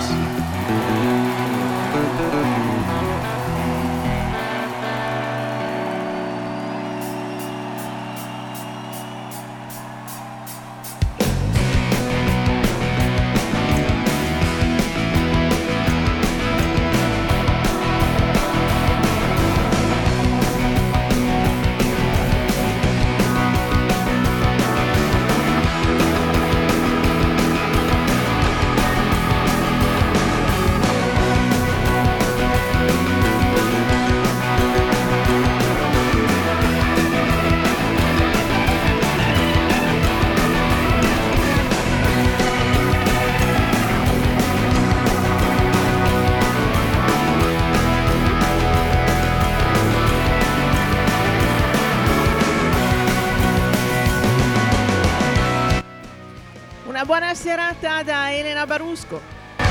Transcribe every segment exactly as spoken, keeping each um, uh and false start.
Buona serata da Elena Barusco.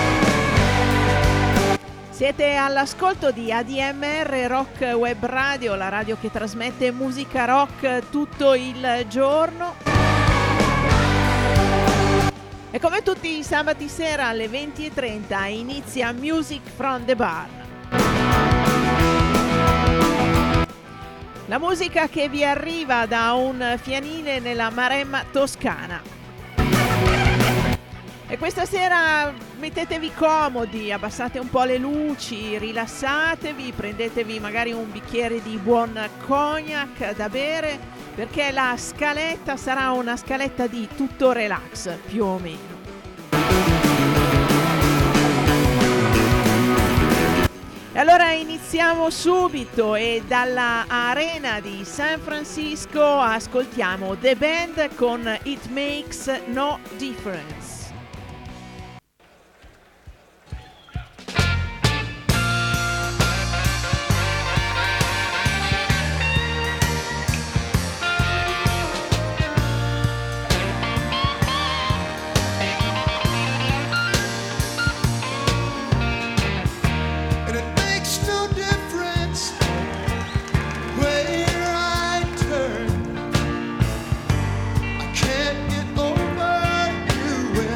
Siete all'ascolto di A D M R Rock Web Radio, la radio che trasmette musica rock tutto il giorno. E come tutti i sabati sera alle venti e trenta inizia Music from the Bar. La musica che vi arriva da un fianile nella Maremma toscana. E questa sera mettetevi comodi, abbassate un po' le luci, rilassatevi, prendetevi magari un bicchiere di buon cognac da bere, perché la scaletta sarà una scaletta di tutto relax, più o meno. E allora iniziamo subito e dalla arena di San Francisco ascoltiamo The Band con It Makes No Difference. Can't get over you.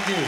you.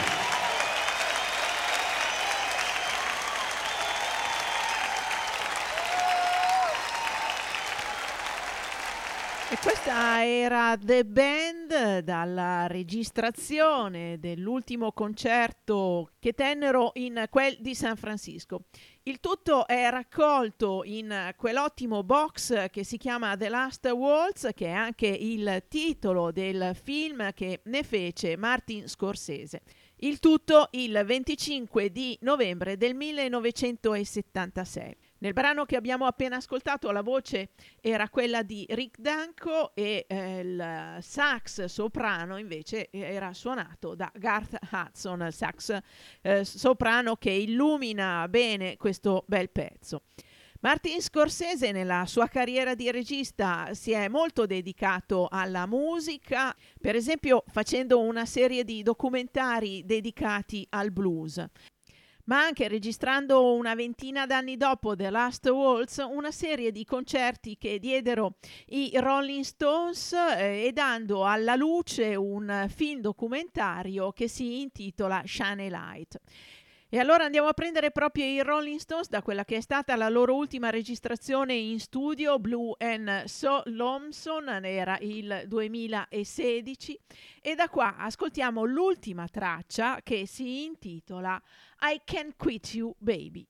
E questa era The Band dalla registrazione dell'ultimo concerto che tennero in quel di San Francisco. Il tutto è raccolto in quell'ottimo box che si chiama The Last Waltz, che è anche il titolo del film che ne fece Martin Scorsese. Il tutto il venticinque di novembre del millenovecentosettantasei. Nel brano che abbiamo appena ascoltato la voce era quella di Rick Danko e eh, il sax soprano invece era suonato da Garth Hudson, sax eh, soprano che illumina bene questo bel pezzo. Martin Scorsese nella sua carriera di regista si è molto dedicato alla musica, per esempio facendo una serie di documentari dedicati al blues, ma anche registrando una ventina d'anni dopo The Last Waltz una serie di concerti che diedero i Rolling Stones eh, e dando alla luce un film documentario che si intitola Shine a Light. E allora andiamo a prendere proprio i Rolling Stones da quella che è stata la loro ultima registrazione in studio, Blue and So Lonesome, era il duemilasedici, e da qua ascoltiamo l'ultima traccia che si intitola I Can't Quit You Baby.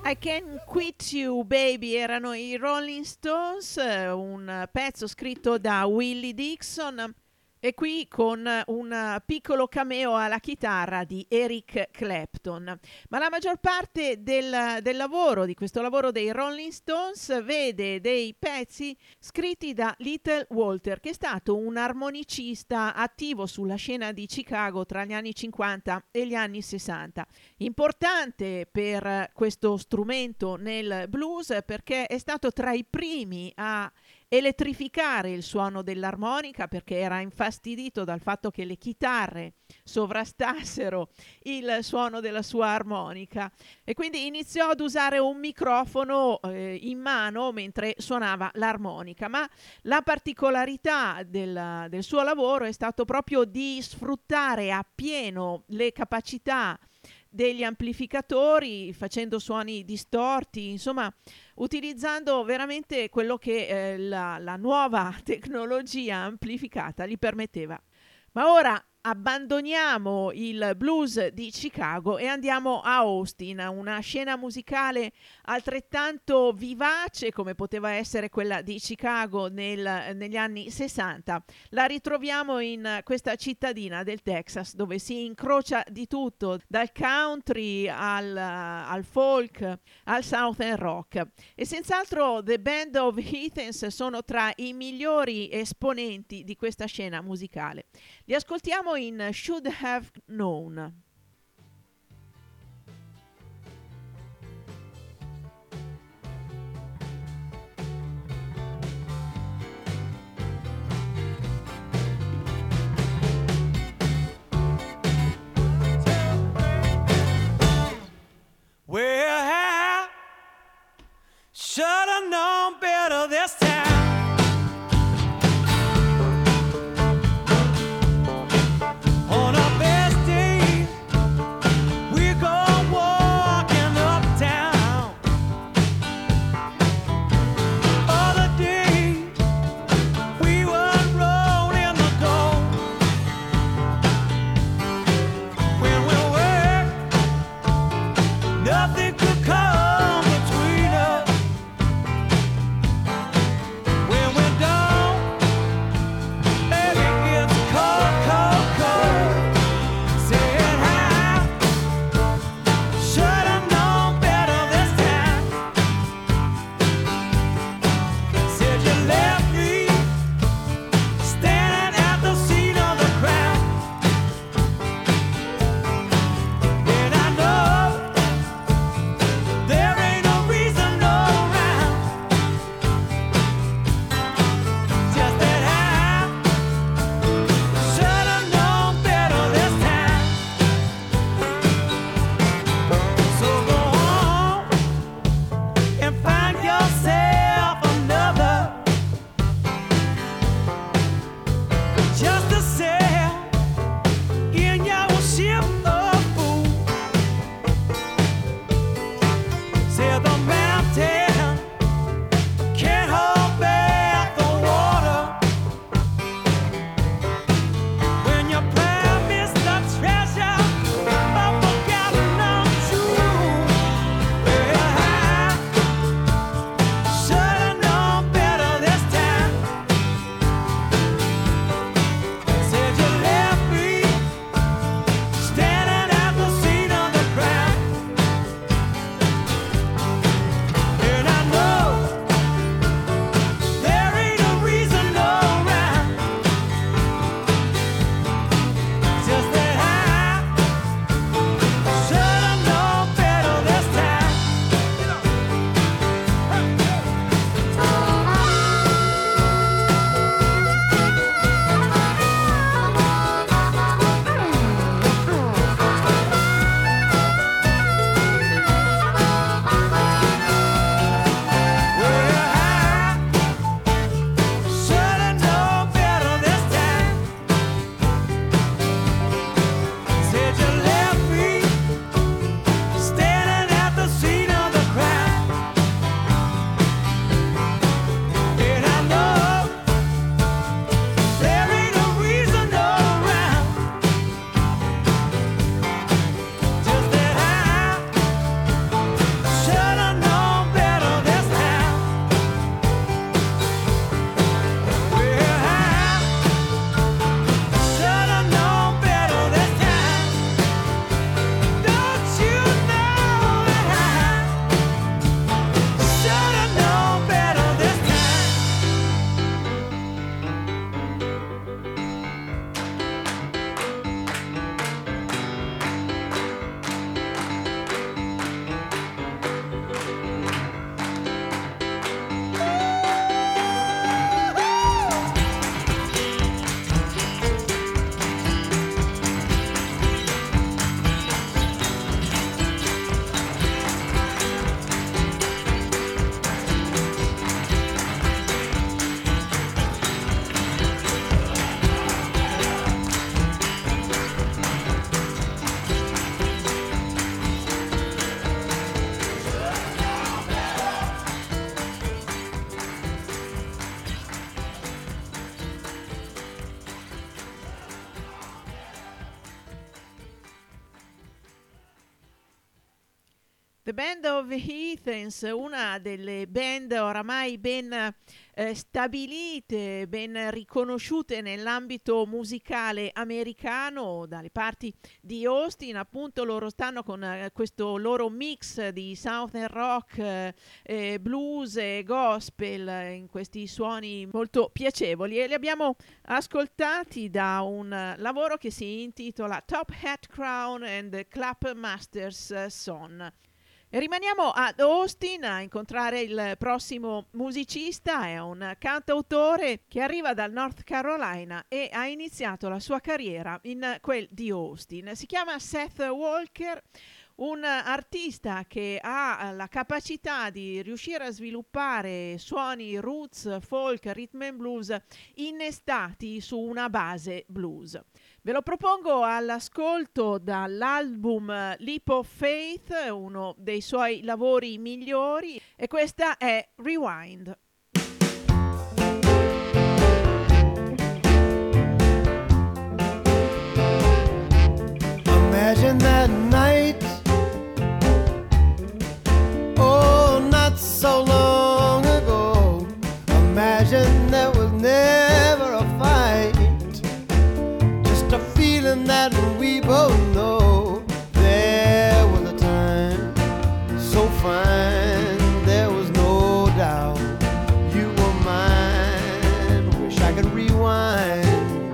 I Can't Quit You Baby erano i Rolling Stones, un pezzo scritto da Willie Dixon e qui con un piccolo cameo alla chitarra di Eric Clapton. Ma la maggior parte del, del lavoro, di questo lavoro dei Rolling Stones, vede dei pezzi scritti da Little Walter, che è stato un armonicista attivo sulla scena di Chicago tra gli anni cinquanta e gli anni sessanta. Importante per questo strumento nel blues perché è stato tra i primi a elettrificare il suono dell'armonica, perché era infastidito dal fatto che le chitarre sovrastassero il suono della sua armonica e quindi iniziò ad usare un microfono eh, in mano mentre suonava l'armonica. Ma la particolarità del, del suo lavoro è stato proprio di sfruttare appieno le capacità degli amplificatori, facendo suoni distorti, insomma utilizzando veramente quello che eh, la, la nuova tecnologia amplificata gli permetteva. Ma ora abbandoniamo il blues di Chicago e andiamo a Austin, una scena musicale altrettanto vivace come poteva essere quella di Chicago nel, negli anni sessanta. La ritroviamo in questa cittadina del Texas dove si incrocia di tutto, dal country al, al folk al southern rock. E senz'altro The Band of Heathens sono tra i migliori esponenti di questa scena musicale. Li ascoltiamo in Should Have Known. Well, should have known better this time. On our best day The Band of Heathens, una delle band oramai ben eh, stabilite, ben riconosciute nell'ambito musicale americano dalle parti di Austin. Appunto loro stanno con eh, questo loro mix di southern rock, eh, eh, blues e gospel, eh, in questi suoni molto piacevoli, e li abbiamo ascoltati da un eh, lavoro che si intitola Top Hat Crown and the Clap Masters Son. E rimaniamo ad Austin a incontrare il prossimo musicista. È un cantautore che arriva dal North Carolina e ha iniziato la sua carriera in quel di Austin. Si chiama Seth Walker, un artista che ha la capacità di riuscire a sviluppare suoni roots, folk, rhythm and blues innestati su una base blues. Ve lo propongo all'ascolto dall'album Leap of Faith, uno dei suoi lavori migliori, e questa è Rewind. Imagine that night, oh, not so long ago. Imagine there was never a fight, just a feeling that we both know. There was a time so fine, there was no doubt you were mine. Wish I could rewind,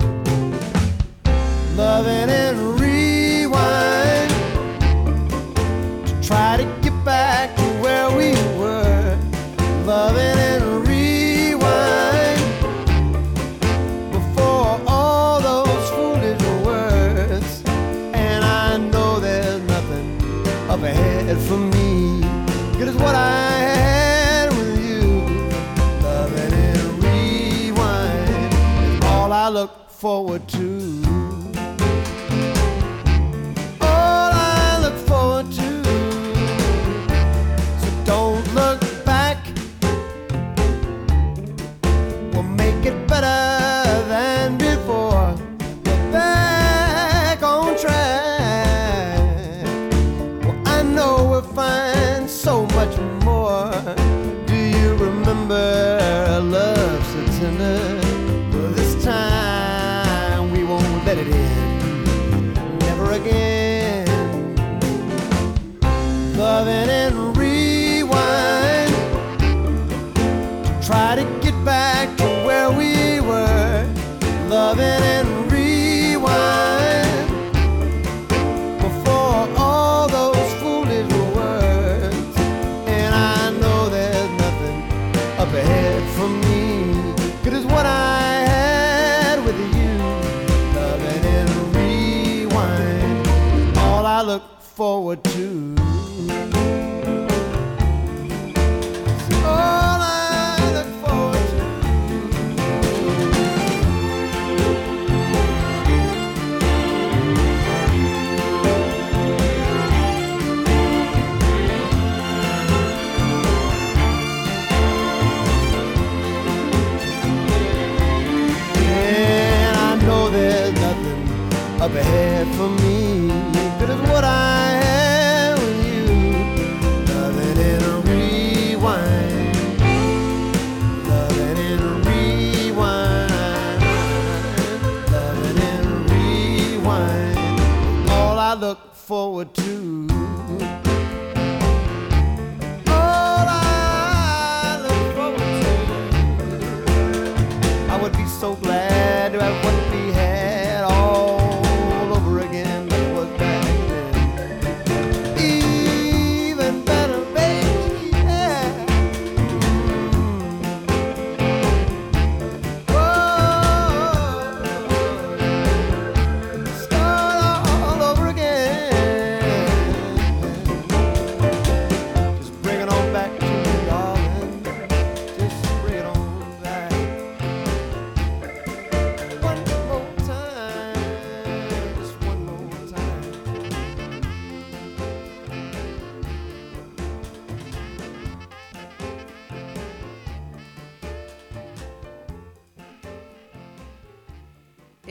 loving and rewind, to try to get back to where we were, loving and rewind, before all those foolish words. And I know there's nothing up ahead for me, good as what I had with you. Loving and rewind is all I look forward to. Better than before, we're back on track. Well, I know we'll find so much more. Do you remember love so tender? Well, this time we won't let it end, never again. Loving and rewind, try to get back to where we were, loving and rewind, before all those foolish words. And I know there's nothing up ahead for me, good as what I had with you. Loving and rewind, all I look forward to. Up ahead for me, good as what I had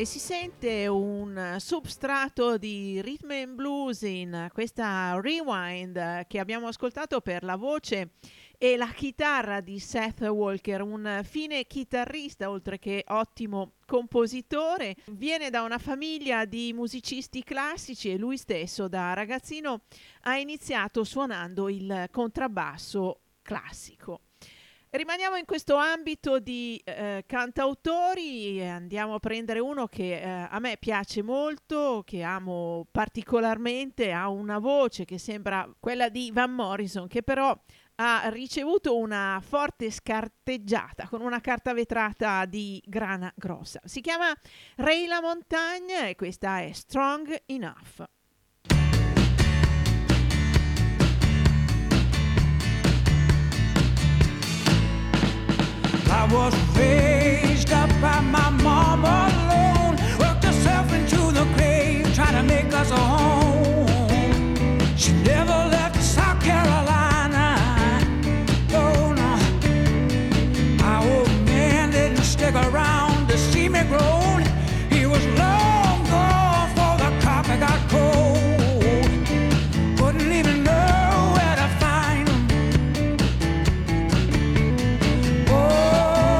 e si sente un substrato di rhythm and blues in questa Rewind che abbiamo ascoltato per la voce e la chitarra di Seth Walker, un fine chitarrista oltre che ottimo compositore. Viene da una famiglia di musicisti classici e lui stesso da ragazzino ha iniziato suonando il contrabbasso classico. Rimaniamo in questo ambito di eh, cantautori e andiamo a prendere uno che eh, a me piace molto, che amo particolarmente, ha una voce che sembra quella di Van Morrison, che però ha ricevuto una forte scarteggiata con una carta vetrata di grana grossa. Si chiama Ray LaMontagne e questa è Strong Enough. I was raised up by my mama alone, worked herself into the grave, trying to make us a home. She never left South Carolina. Oh no, my old man didn't stick around to see me grown. He was long gone before the coffee got cold. Wouldn't even know where to find him. Oh,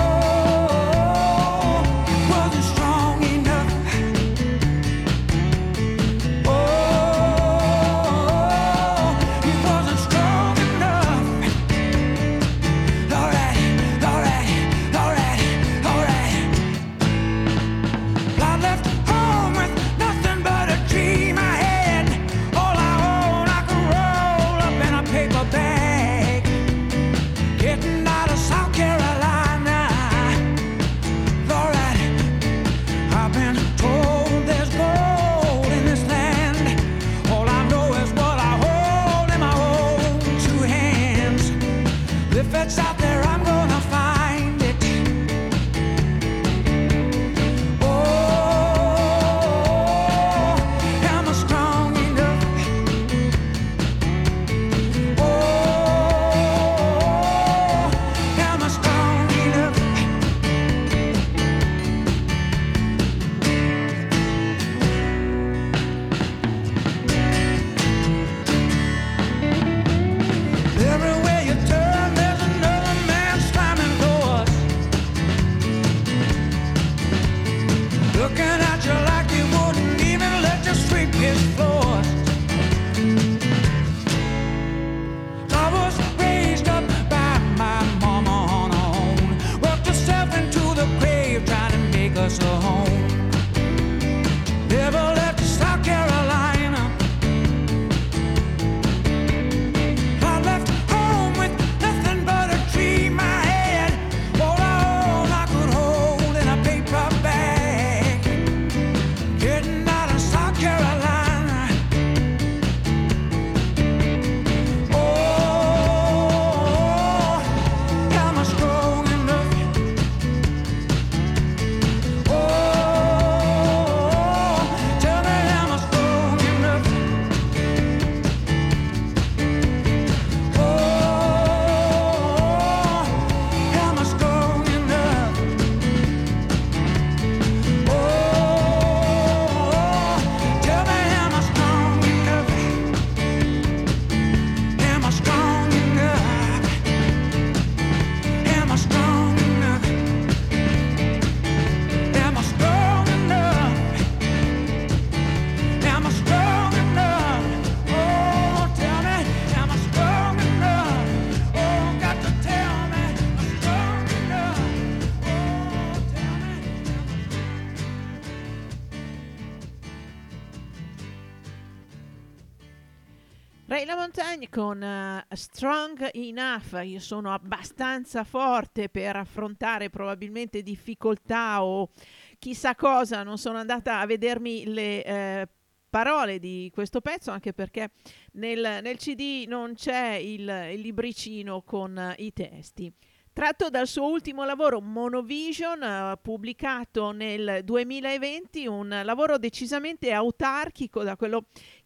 Ray LaMontagne con uh, Strong Enough. Io sono abbastanza forte per affrontare probabilmente difficoltà o chissà cosa, non sono andata a vedermi le eh, parole di questo pezzo, anche perché nel, nel C D non c'è il, il libricino con uh, i testi. Tratto dal suo ultimo lavoro Monovision, eh, pubblicato nel duemilaventi, un lavoro decisamente autarchico da quello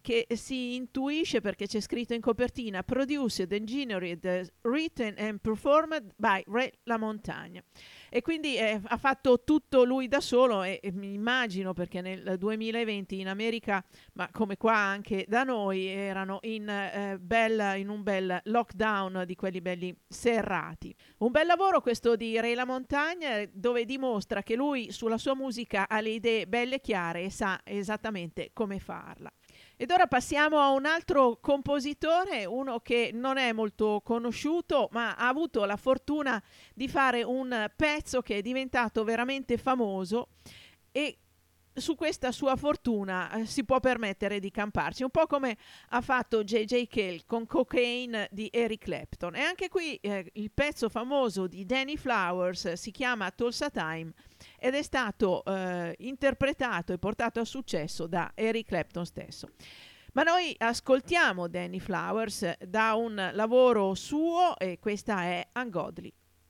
che si intuisce perché c'è scritto in copertina produced, engineered, written and performed by Ray LaMontagne. E quindi eh, ha fatto tutto lui da solo e, e mi immagino perché nel duemilaventi in America, ma come qua anche da noi, erano in, eh, bella, in un bel lockdown di quelli belli serrati. Un bel lavoro questo di Ray LaMontagne, dove dimostra che lui sulla sua musica ha le idee belle chiare e sa esattamente come farla. Ed ora passiamo a un altro compositore, uno che non è molto conosciuto, ma ha avuto la fortuna di fare un pezzo che è diventato veramente famoso e su questa sua fortuna eh, si può permettere di camparci, un po' come ha fatto J J. Cale con Cocaine di Eric Clapton. E anche qui eh, il pezzo famoso di Danny Flowers eh, si chiama Tulsa Time ed è stato eh, interpretato e portato a successo da Eric Clapton stesso. Ma noi ascoltiamo Danny Flowers eh, da un lavoro suo e questa è Ungodly.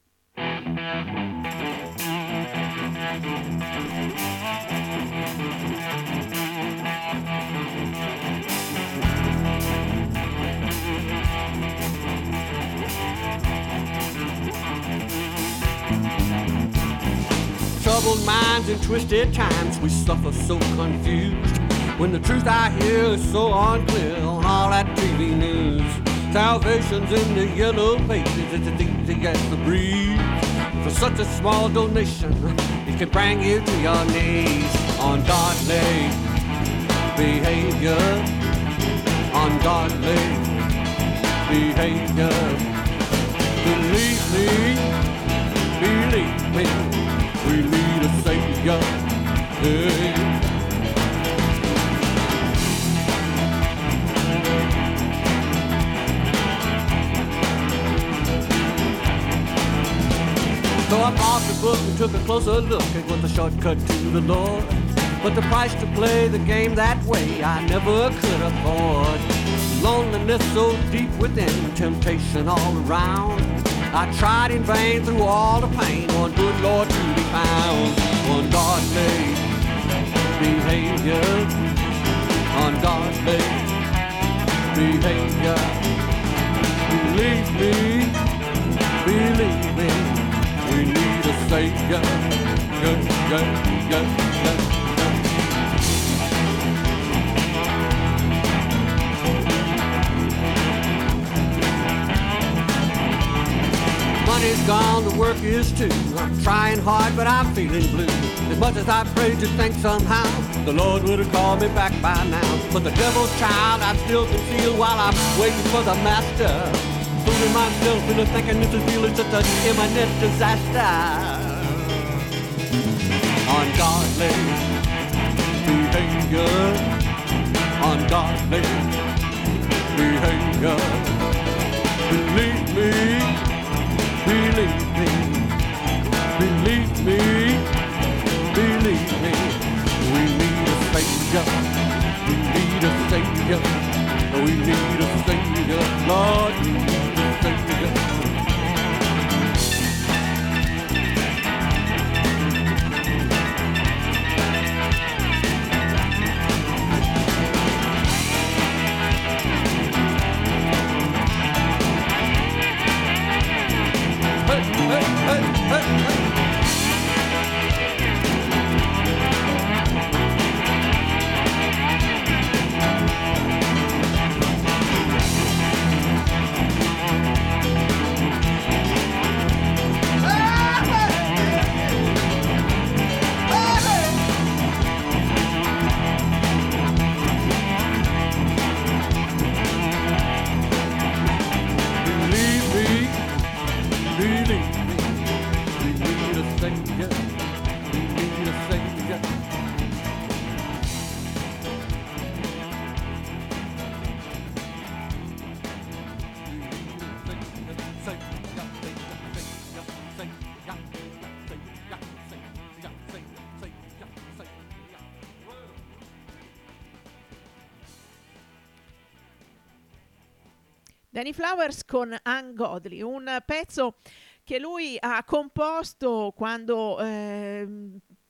Troubled minds and twisted times, we suffer so confused when the truth I hear is so unclear on all that T V news. Salvation's in the yellow pages, it's as easy as to breathe. For such a small donation, it can bring you to your knees. Ungodly behavior, ungodly behavior. Believe me, believe me, we need a savior. Hey. So I bought the book and took a closer look. It was a shortcut to the Lord, but the price to play the game that way I never could afford. Loneliness so deep within, temptation all around. I tried in vain through all the pain, one good Lord to be found. Ungodly behavior, ungodly behavior. Believe me, believe me, we need a savior. Yeah, yeah, yeah, yeah. Money's gone, the work is too. I'm trying hard, but I'm feeling blue. As much as I prayed to think somehow the Lord would have called me back by now. But the devil's child I still conceal while I'm waiting for the master. Fooling myself into thinking this is really such an imminent disaster. Ungodly behavior, ungodly behavior. Believe me, believe me, believe me, believe me. We need a savior, we need a savior, we need a savior, Lord, we need a savior. Danny Flowers con Ungodly, un pezzo che lui ha composto quando eh,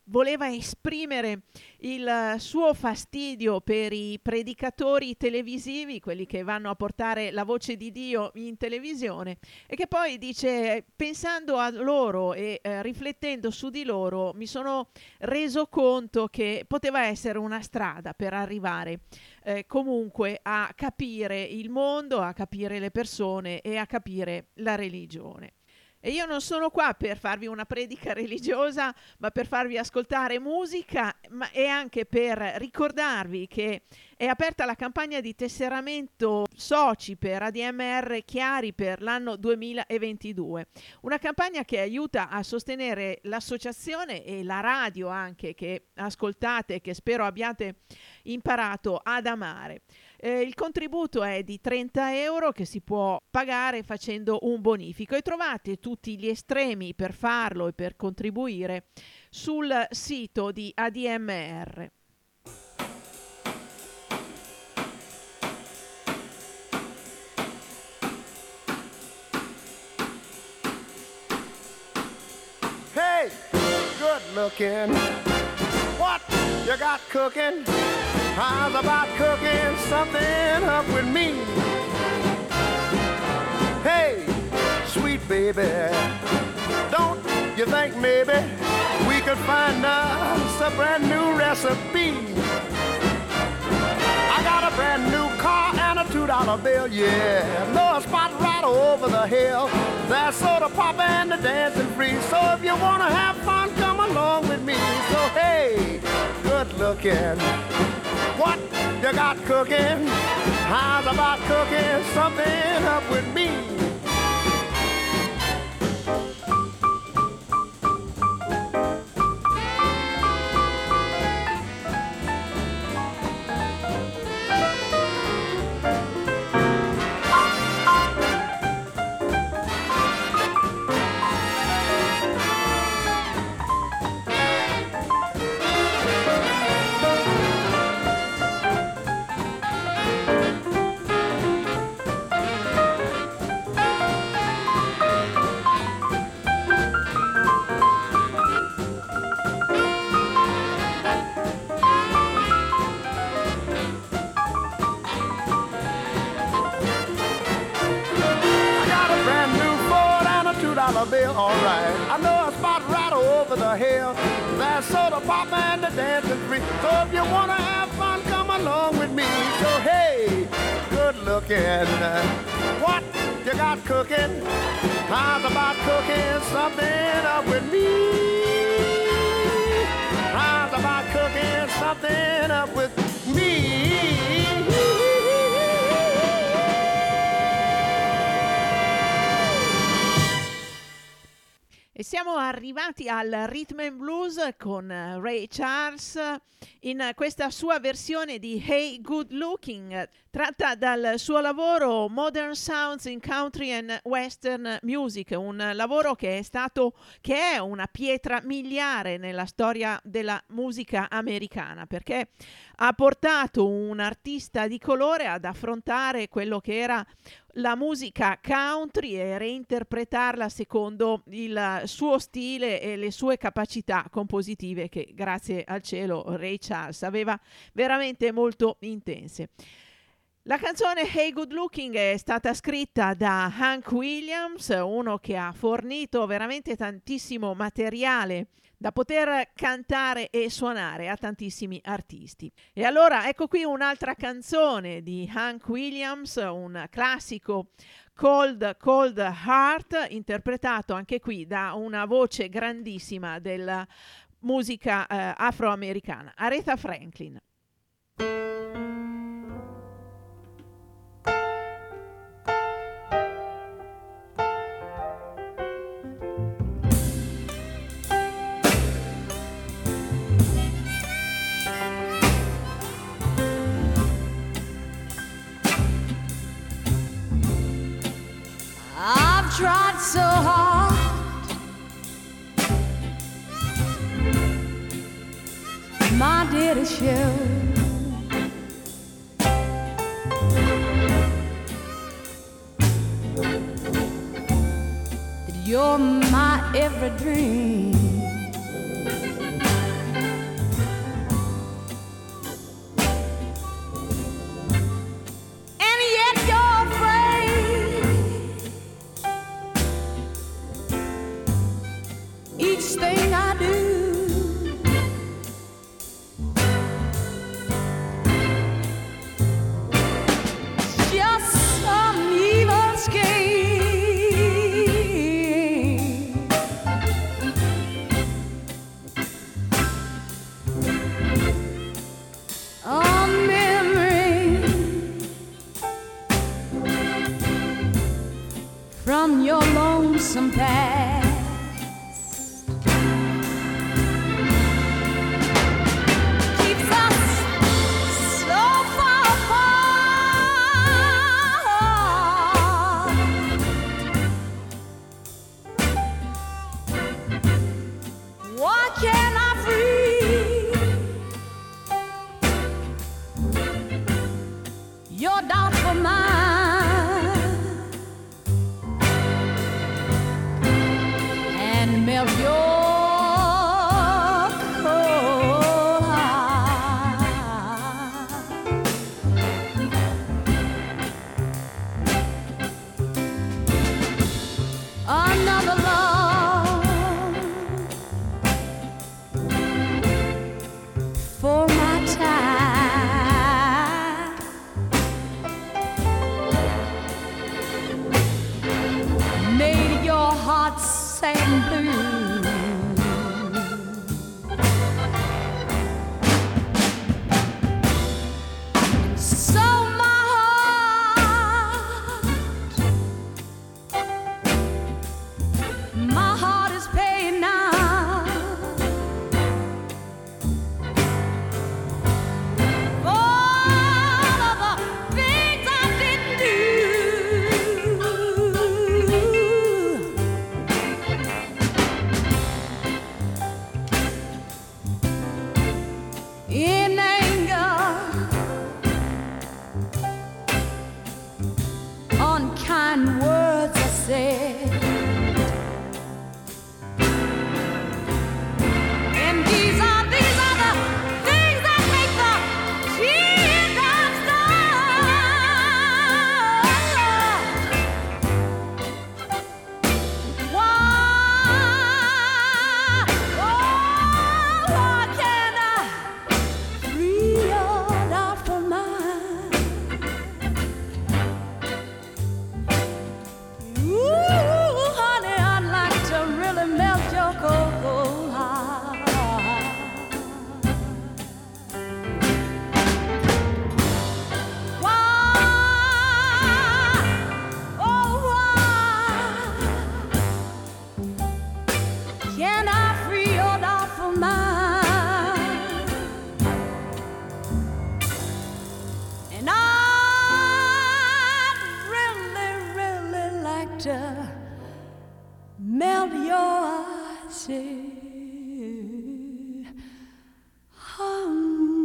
voleva esprimere il suo fastidio per i predicatori televisivi, quelli che vanno a portare la voce di Dio in televisione, e che poi dice: pensando a loro e eh, riflettendo su di loro mi sono reso conto che poteva essere una strada per arrivare eh, comunque a capire il mondo, a capire le persone e a capire la religione. E io non sono qua per farvi una predica religiosa, ma per farvi ascoltare musica, ma e anche per ricordarvi che è aperta la campagna di tesseramento soci per A D M R Chiari per l'anno duemilaventidue. Una campagna che aiuta a sostenere l'associazione e la radio anche che ascoltate e che spero abbiate imparato ad amare. Eh, il contributo è di trenta euro che si può pagare facendo un bonifico e trovate tutti gli estremi per farlo e per contribuire sul sito di A D M R. Hey, good looking. What you got cooking? How's about cooking something up with me? Hey, sweet baby, don't you think maybe we could find us a brand new recipe? I got a brand new car and a two dollar bill, yeah. Know a spot right over the hill. That's soda pop and the dancing free. So if you wanna have fun, come along with me. So hey, good looking. What you got cooking? How's about cooking something up with me? Bill, all right. I know a spot right over the hill. That's soda pop and the dancing free. So if you wanna have fun, come along with me. So hey, good looking. What you got cooking? How's about cooking something up with me? How's about cooking something up with me? E siamo arrivati al Rhythm and Blues con Ray Charles in questa sua versione di Hey Good Looking, tratta dal suo lavoro Modern Sounds in Country and Western Music, un lavoro che è stato, che è una pietra miliare nella storia della musica americana, perché ha portato un artista di colore ad affrontare quello che era la musica country e reinterpretarla secondo il suo stile e le sue capacità compositive che, grazie al cielo, Ray Charles aveva veramente molto intense. La canzone Hey Good Looking è stata scritta da Hank Williams, uno che ha fornito veramente tantissimo materiale da poter cantare e suonare a tantissimi artisti. E allora ecco qui un'altra canzone di Hank Williams, un classico, Cold Cold Heart, interpretato anche qui da una voce grandissima della musica eh, afroamericana, Aretha Franklin. I've tried so hard my dear to show that you're my every dream. from your lonesome past. Keeps us so far apart. Why can't I free your doubtful mind and melt your cold heart? Another love for my time, made your heart sad and blue. So my heart, my heart is paying now for all of the things I didn't do. In anger, unkind words I said, and these are these are the things that make the teardrops start. Why, oh, why can't I free your doubtful mind? Ooh, honey, I'd like to really melt your cold, cold heart. Why, oh, why can't I free your doubtful mind? And I'd really, really like to melt your ice. Hum.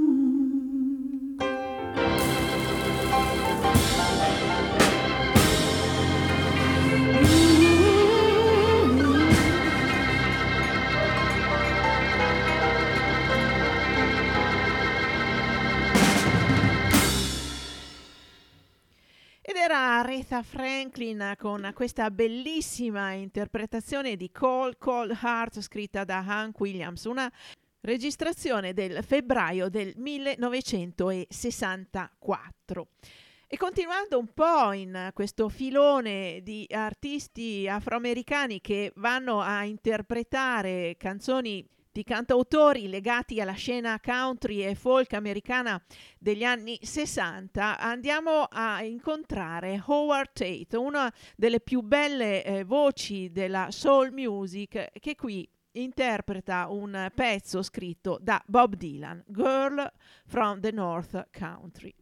Ed era Aretha Franklin con questa bellissima interpretazione di Cold Cold Heart scritta da Hank Williams, una registrazione del febbraio del millenovecentosessantaquattro. E continuando un po' in questo filone di artisti afroamericani che vanno a interpretare canzoni di cantautori legati alla scena country e folk americana degli anni sessanta, andiamo a incontrare Howard Tate, una delle più belle eh, voci della soul music, che qui interpreta un pezzo scritto da Bob Dylan, Girl from the North Country.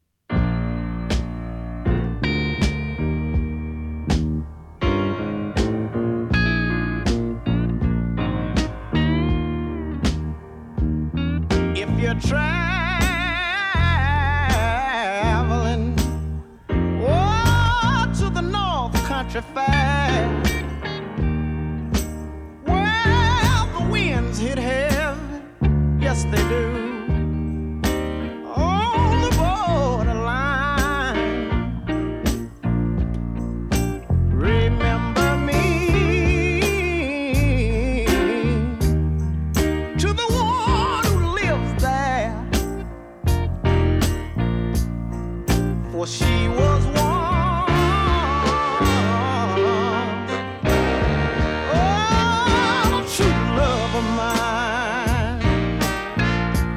If you're traveling, oh, to the North Country Fair, well, the winds hit heavy, yes they do, on the borderline. Remember me to the one who lives there, for she was one, oh, true love of mine.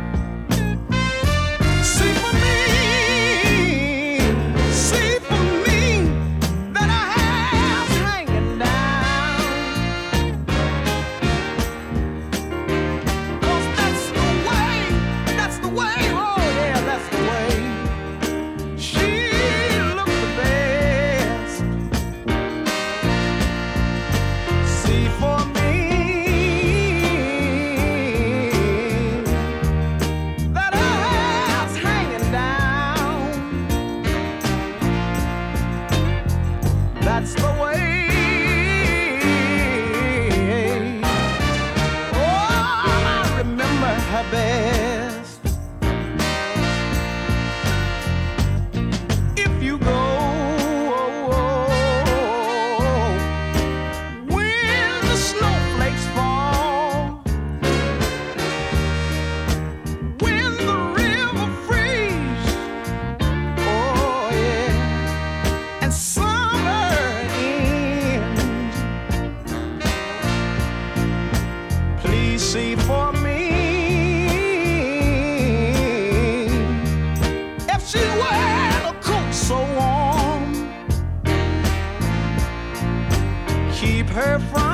keep her from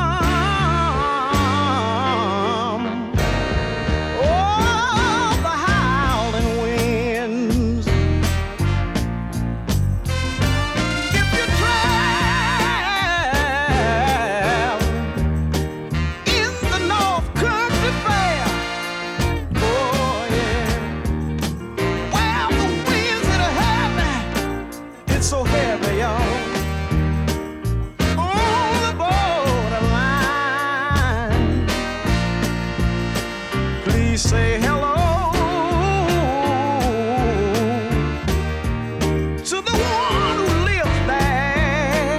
all the howling winds. If you travel in the North Country Fair, oh yeah, well the winds that are heavy, it's so heavy, y'all. Say hello to the one who lives there.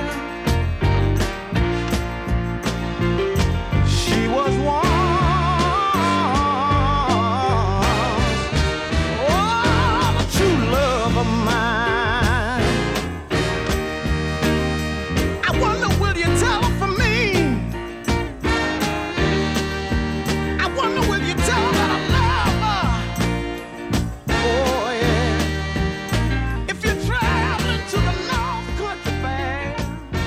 She was once, oh, the true love of mine. I wonder, will you tell her for me? I wonder, will you tell her that I love her? Oh yeah. If you're traveling to the North Country Fair,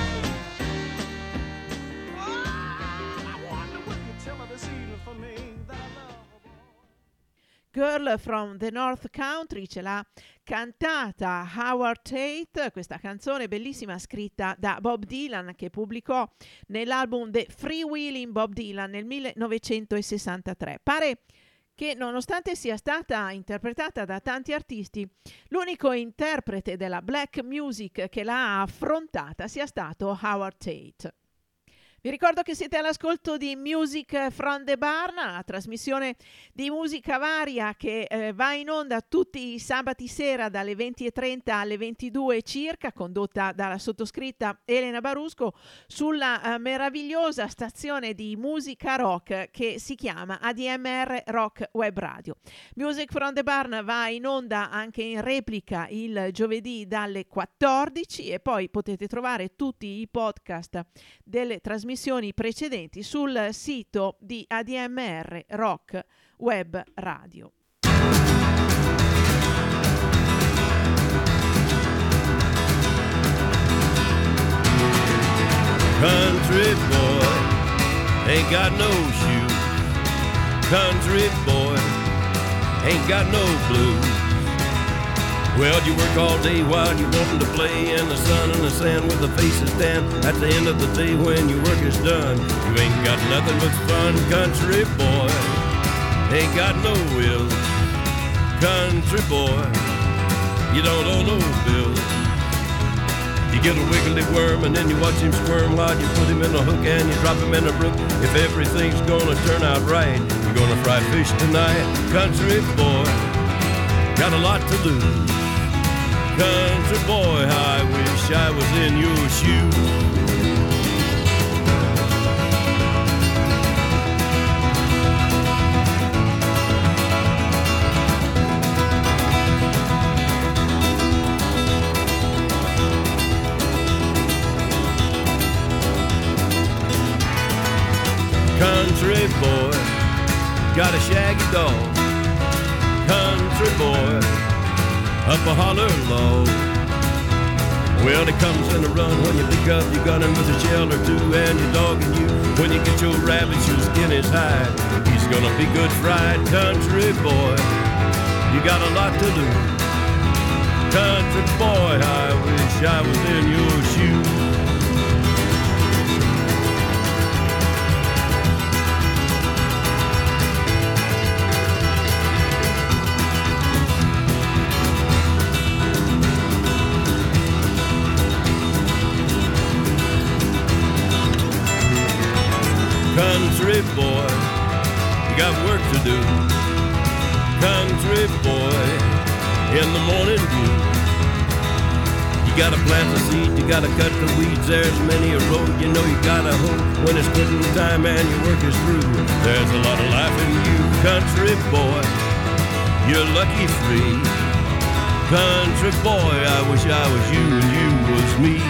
oh, I wonder, will you tell her this evening for me that I love her, boy? Girl from the North Country ce l'ha cantata Howard Tate, questa canzone bellissima scritta da Bob Dylan, che pubblicò nell'album The Freewheeling Bob Dylan nel millenovecentosessantatré. Pare che nonostante sia stata interpretata da tanti artisti, l'unico interprete della black music che l'ha affrontata sia stato Howard Tate. Vi ricordo che siete all'ascolto di Music from the Barn, la trasmissione di musica varia che eh, va in onda tutti i sabati sera dalle venti e trenta alle ventidue circa, condotta dalla sottoscritta Elena Barusco, sulla eh, meravigliosa stazione di musica rock che si chiama A D M R Rock Web Radio. Music from the Barn va in onda anche in replica il giovedì dalle quattordici e poi potete trovare tutti i podcast delle trasmissioni precedenti sul sito di A D M R Rock Web Radio. Country boy ain't got no shoes. Country boy ain't got no blues. Well, you work all day while you wantin' to play in the sun and the sand with the faces tan. At the end of the day when your work is done, you ain't got nothing but fun. Country boy ain't got no will. Country boy, you don't owe no bills. You get a wiggly worm and then you watch him squirm while you put him in a hook and you drop him in a brook. If everything's gonna turn out right, you're gonna fry fish tonight. Country boy, got a lot to lose. Country boy, I wish I was in your shoes. Country boy, got a shaggy dog. Country boy, up a holler low. Well, it comes in a run when you pick up your gun and with a shell or two and your dog and you. When you get your rabbit, your skin is hide. He's gonna be good fried. Country boy, you got a lot to lose. Country boy, I wish I was in your shoes. Country boy, you got work to do. Country boy, in the morning dew. You gotta plant the seed, you gotta cut the weeds. There's many a road, you know you gotta hope when it's quitting time and your work is through. There's a lot of life in you, country boy. You're lucky free. Country boy, I wish I was you and you was me.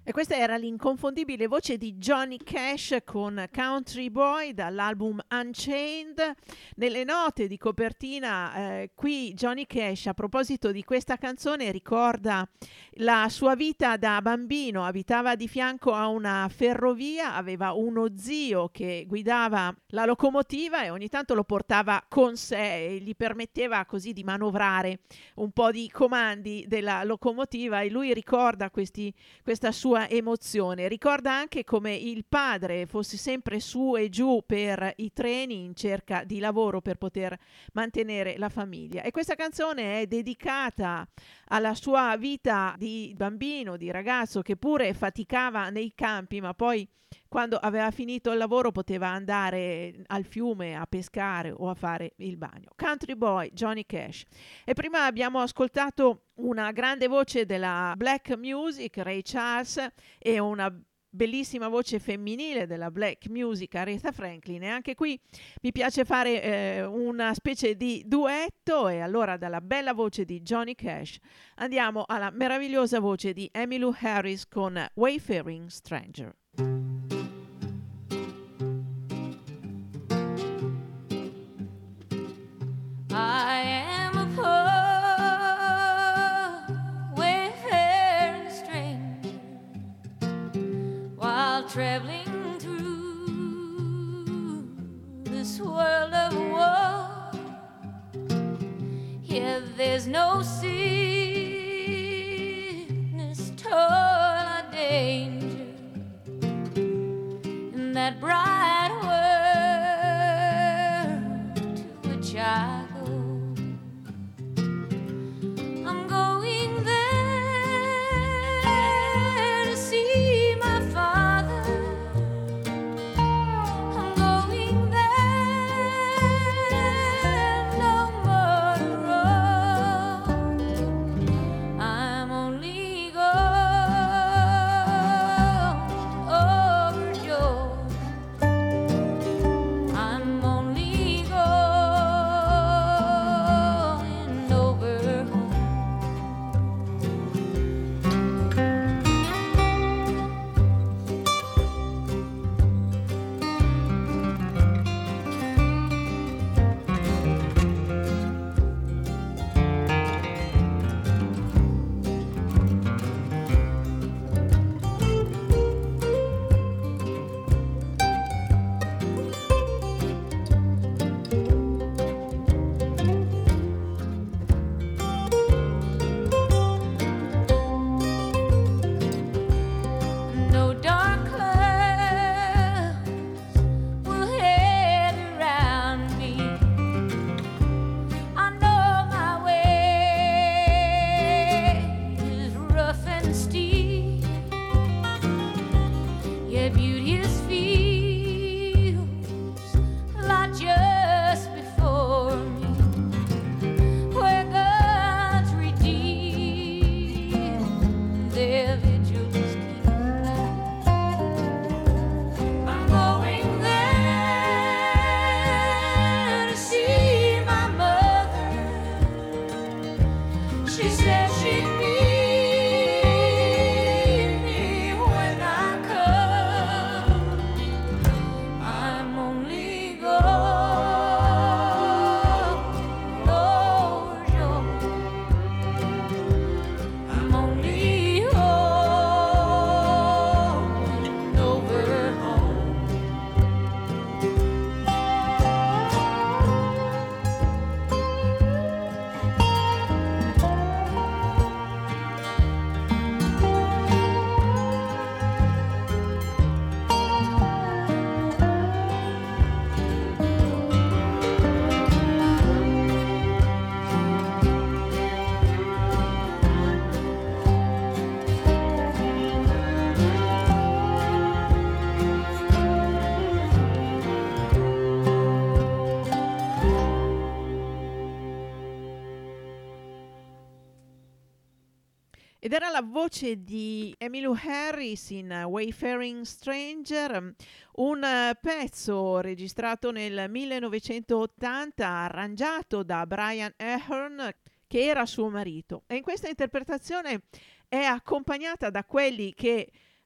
E questa era l'inconfondibile voce di Johnny Cash con Country Boy dall'album Unchained. Nelle note di copertina eh, qui Johnny Cash, a proposito di questa canzone, ricorda la sua vita da bambino. Abitava di fianco a una ferrovia, aveva uno zio che guidava la locomotiva e ogni tanto lo portava con sé e gli permetteva così di manovrare un po' di comandi della locomotiva, e lui ricorda questi, questa sua emozione. Ricorda anche come il padre fosse sempre su e giù per i treni in cerca di lavoro per poter mantenere la famiglia. E questa canzone è dedicata alla sua vita di bambino, di ragazzo che pure faticava nei campi, ma poi quando aveva finito il lavoro poteva andare al fiume a pescare o a fare il bagno. Country Boy, Johnny Cash. E prima abbiamo ascoltato una grande voce della black music, Ray Charles, e una bellissima voce femminile della black music, Aretha Franklin. E anche qui mi piace fare eh, una specie di duetto, e allora dalla bella voce di Johnny Cash andiamo alla meravigliosa voce di Emmylou Harris con Wayfaring Stranger. I am a poor wayfaring stranger, while traveling through this world of woe. Here there's no sickness, toil, or danger in that bright world to which I Ed era la voce di Emmylou Harris in Wayfaring Stranger, un pezzo registrato nel millenovecentottanta, arrangiato da Brian Ahern, che era suo marito. E in questa interpretazione è accompagnata da quelli che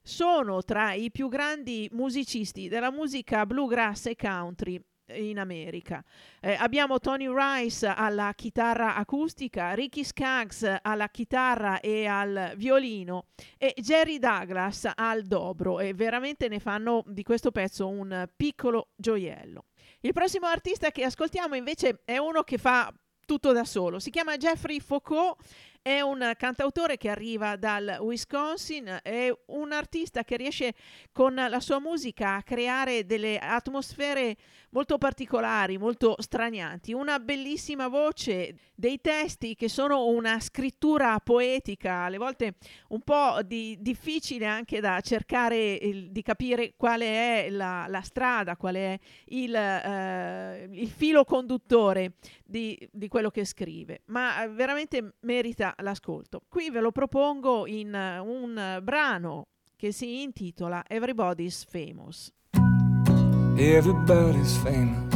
sono tra i più grandi musicisti della musica bluegrass e country in America. Eh, abbiamo Tony Rice alla chitarra acustica, Ricky Skaggs alla chitarra e al violino e Jerry Douglas al dobro, e veramente ne fanno di questo pezzo un piccolo gioiello. Il prossimo artista che ascoltiamo invece è uno che fa tutto da solo, si chiama Jeffrey Foucault. È un cantautore che arriva dal Wisconsin, è un artista che riesce con la sua musica a creare delle atmosfere molto particolari, molto stranianti, una bellissima voce, dei testi che sono una scrittura poetica, alle volte un po' di, difficile anche da cercare il, di capire quale è la, la strada, quale è il, eh, il filo conduttore di, di quello che scrive, ma veramente merita l'ascolto. Qui ve lo propongo in un brano che si intitola Everybody's Famous. Everybody's famous.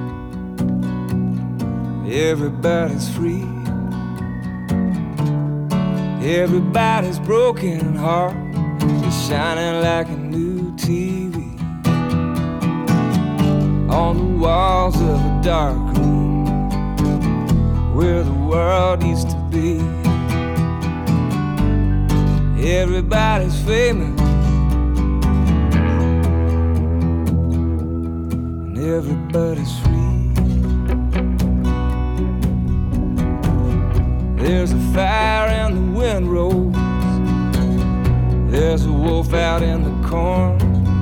Everybody's free. Everybody's broken heart is shining like a new T V on the walls of a dark room where the world used to be. Everybody's famous and everybody's free. There's a fire and the wind rolls. There's a wolf out in the corn.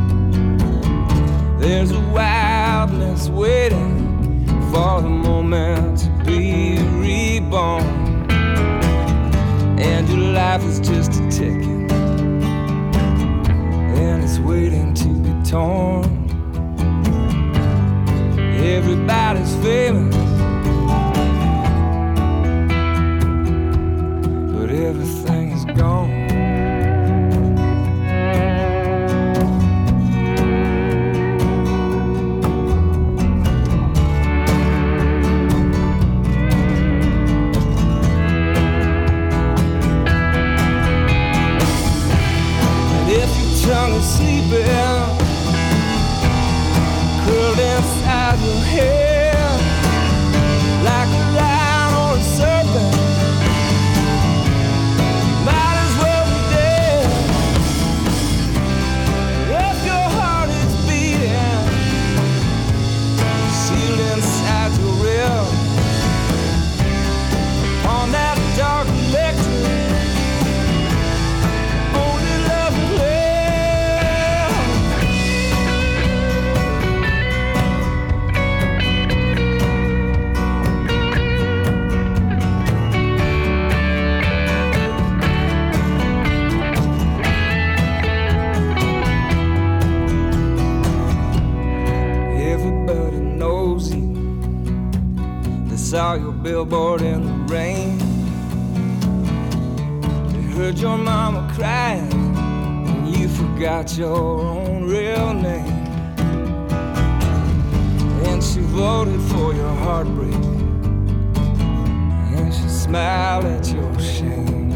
There's a wildness waiting for the moment to be reborn. And your life is just a ticking, and it's waiting to be torn. Everybody's famous, but everything is gone. Tongue is sleeping, curled inside your head, like a lion or a serpent. Might as well be dead. If your heart is beating, sealed inside your rib, on that dark electric. Saw your billboard in the rain. They heard your mama crying and you forgot your own real name. And she voted for your heartbreak, and she smiled at your shame.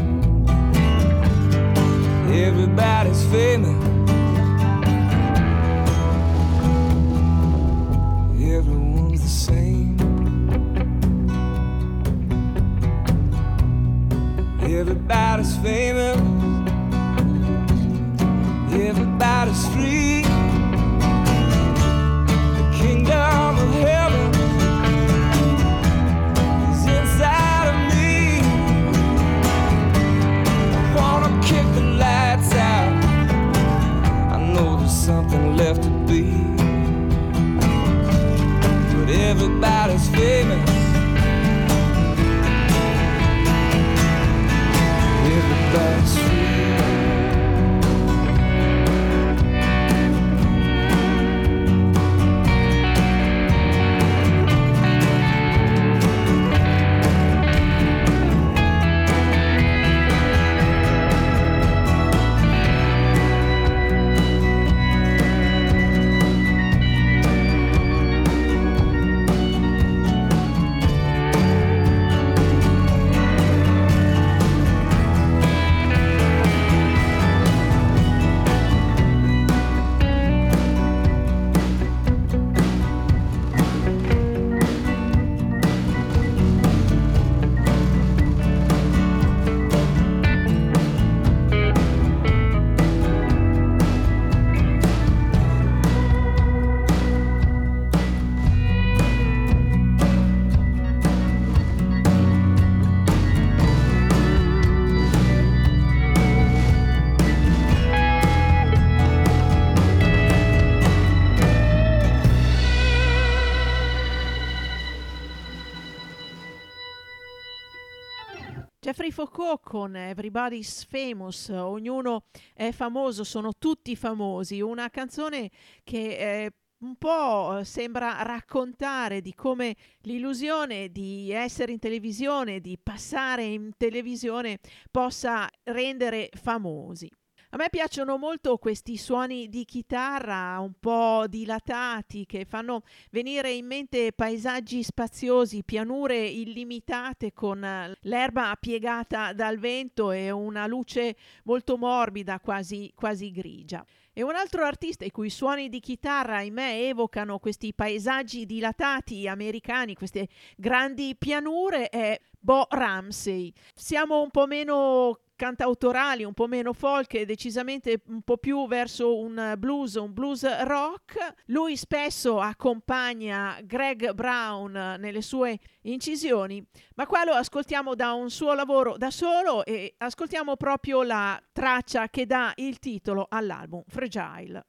Everybody's famous, everyone's the same. Everybody's famous, everybody's free. The kingdom of heaven is inside of me. I wanna kick the lights out. I know there's something left to be, but everybody's famous. Everybody's free. Jeffrey Foucault con Everybody's Famous, ognuno è famoso, sono tutti famosi, una canzone che eh, un po' sembra raccontare di come l'illusione di essere in televisione, di passare in televisione, possa rendere famosi. A me piacciono molto questi suoni di chitarra un po' dilatati che fanno venire in mente paesaggi spaziosi, pianure illimitate con l'erba piegata dal vento e una luce molto morbida, quasi, quasi grigia. E un altro artista i cui suoni di chitarra in me evocano questi paesaggi dilatati americani, queste grandi pianure, è Bo Ramsey. Siamo un po' meno cantautorali, un po' meno folk e decisamente un po' più verso un blues, un blues rock. Lui spesso accompagna Greg Brown nelle sue incisioni, ma qua lo ascoltiamo da un suo lavoro da solo e ascoltiamo proprio la traccia che dà il titolo all'album, Fragile.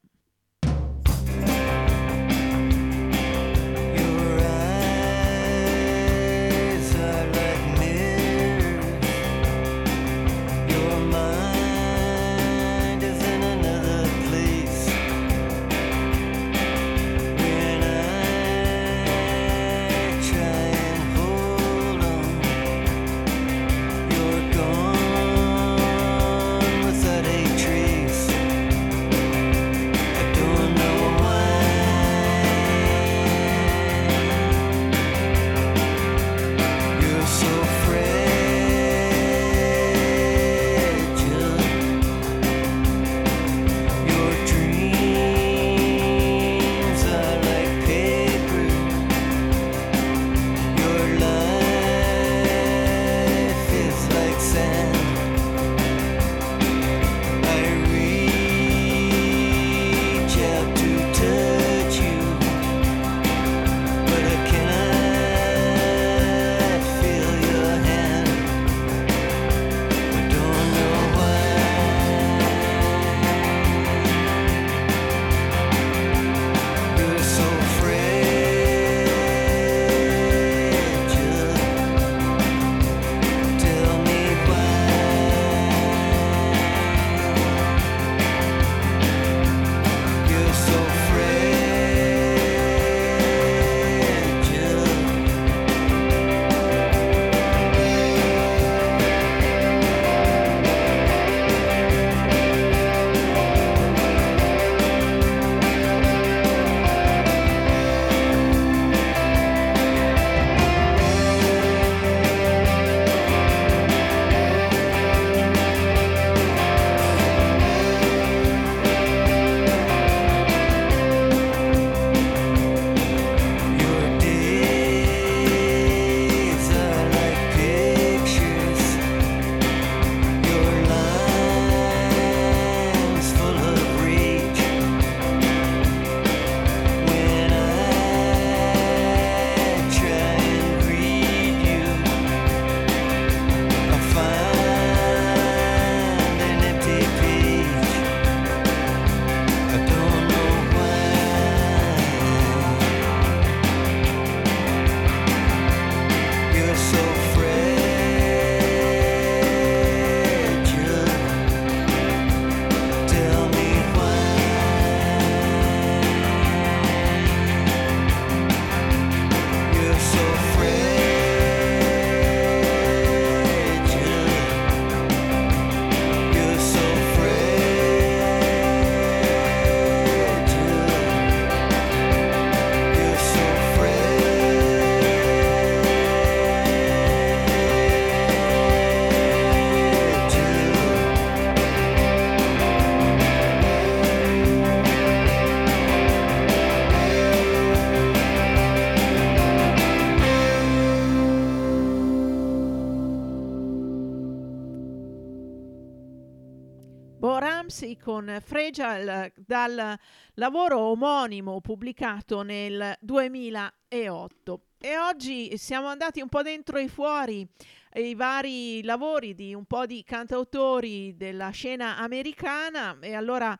Con Fragile dal lavoro omonimo pubblicato nel duemilaotto. E oggi siamo andati un po' dentro e fuori i vari lavori di un po' di cantautori della scena americana e allora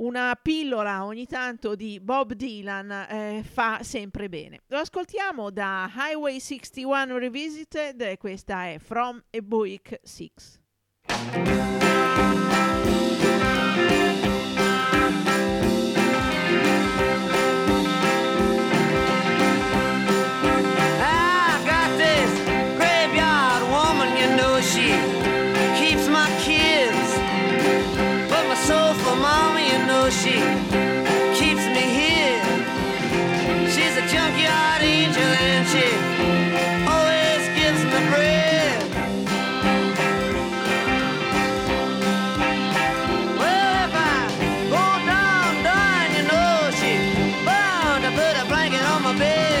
una pillola ogni tanto di Bob Dylan eh, fa sempre bene. Lo ascoltiamo da Highway sessantuno Revisited e questa è From a Buick six. She keeps my kids, but my soul for mama, you know she keeps me here. She's a junkyard angel and she always gives me bread. Well, if I go down, down, you know she's bound to put a blanket on my bed.